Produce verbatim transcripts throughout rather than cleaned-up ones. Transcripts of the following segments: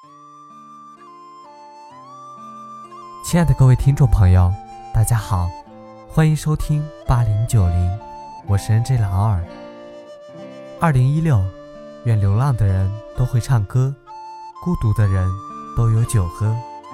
亲爱的各位听众朋友，大家好，欢迎收听八零九零，我是 N J 老二。二零一六，愿流浪的人都会唱歌，孤独的人都有酒喝。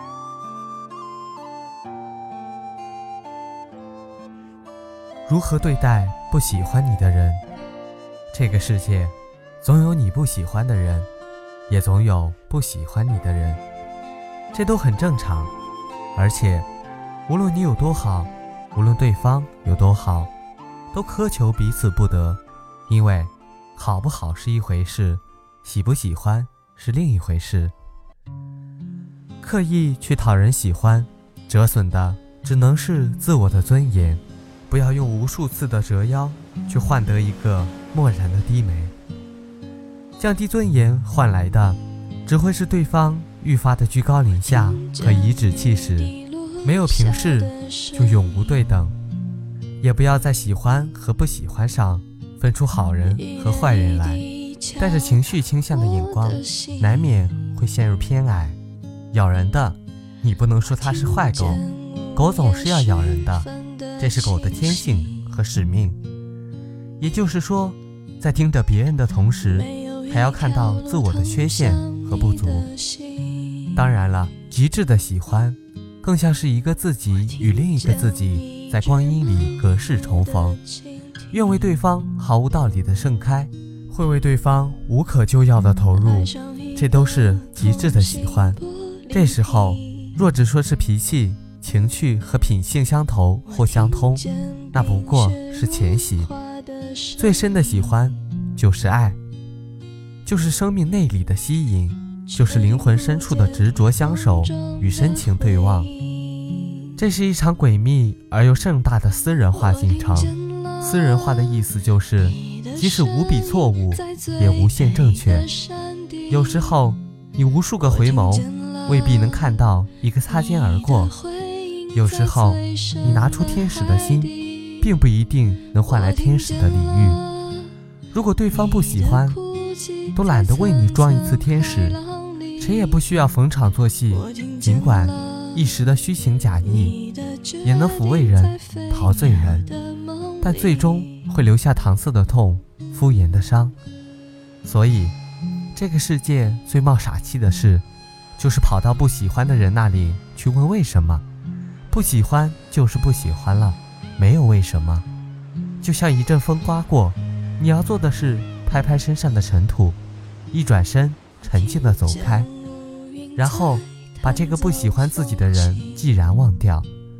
如何对待不喜欢你的人？这个世界总有你不喜欢的人，也总有不喜欢你的人，这都很正常。而且无论你有多好，无论对方有多好，都苛求彼此不得。因为好不好是一回事，喜不喜欢是另一回事。刻意去讨人喜欢，折损的只能是自我的尊严。不要用无数次的折腰去换得一个漠然的低眉。降低尊严换来的只会是对方愈发的居高临下和颐指气使。没有平视就永无对等。也不要在喜欢和不喜欢上分出好人和坏人来。带着情绪倾向的眼光，难免会陷入偏爱。咬人的你不能说它是坏狗，狗总是要咬人的，这是狗的天性和使命。也就是说，在盯着别人的同时，还要看到自我的缺陷和不足。当然了，极致的喜欢更像是一个自己与另一个自己在光阴里隔世重逢，愿为对方毫无道理的盛开，会为对方无可救药的投入，这都是极致的喜欢。这时候若只说是脾气、情趣和品性相投或相通，那不过是浅喜。最深的喜欢就是爱，就是生命内里的吸引，就是灵魂深处的执着相守与深情对望。这是一场诡秘而又盛大的私人化进程。私人化的意思就是，即使无比错误，也无限正确。有时候，你无数个回眸，未必能看到一个擦肩而过。有时候，你拿出天使的心，并不一定能换来天使的礼遇。如果对方不喜欢，都懒得为你装一次天使，谁也不需要逢场作戏。尽管一时的虚情假意也能抚慰人、陶醉人，但最终会留下搪塞的痛、敷衍的伤。所以这个世界最冒傻气的事，就是跑到不喜欢的人那里去问为什么。不喜欢就是不喜欢了，没有为什么。就像一阵风刮过，你要做的是拍拍身上的尘土，一转身沉静地走开，然后把这个不喜欢自己的人既然忘掉。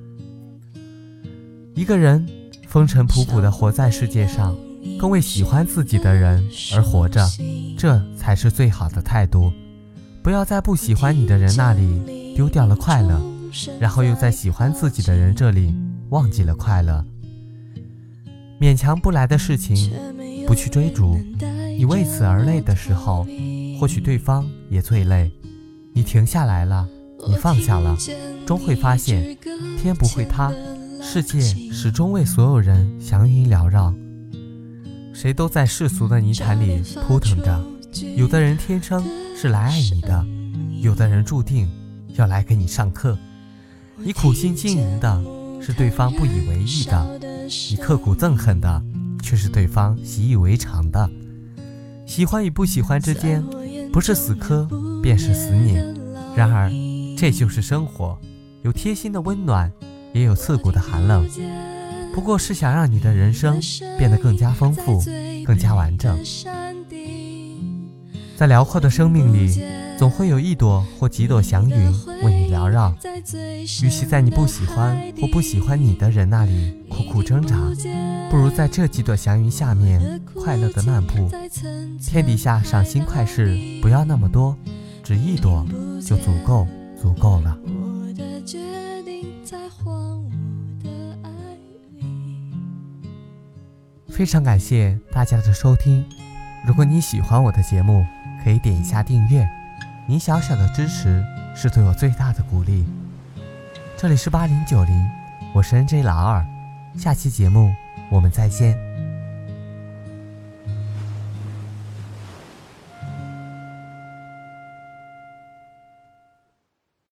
一个人风尘仆仆地活在世界上，更为喜欢自己的人而活着，这才是最好的态度。不要在不喜欢你的人那里丢掉了快乐，然后又在喜欢自己的人这里忘记了快乐。勉强不来的事情不去追逐，你为此而累的时候，或许对方也最累。你停下来了，你放下了，终会发现天不会塌，世界始终为所有人祥云缭绕。谁都在世俗的泥潭里扑腾着，有的人天生是来爱你的，有的人注定要来给你上课。你苦心经营的是对方不以为意的，你刻苦憎恨的却是对方习以为常的。喜欢与不喜欢之间，不是死磕便是死拧。然而这就是生活，有贴心的温暖，也有刺骨的寒冷。不过是想让你的人生变得更加丰富，更加完整。在辽阔的生命里，总会有一朵或几朵祥云为你缭绕。与其在你不喜欢或不喜欢你的人那里苦苦挣扎，不如在这几朵祥云下面快乐地漫步。天底下赏心快事不要那么多，只一朵就足够足够了。非常感谢大家的收听，如果你喜欢我的节目，可以点一下订阅，您小小的支持是对我最大的鼓励。这里是八零九零，我是 N J 老二，下期节目我们再见。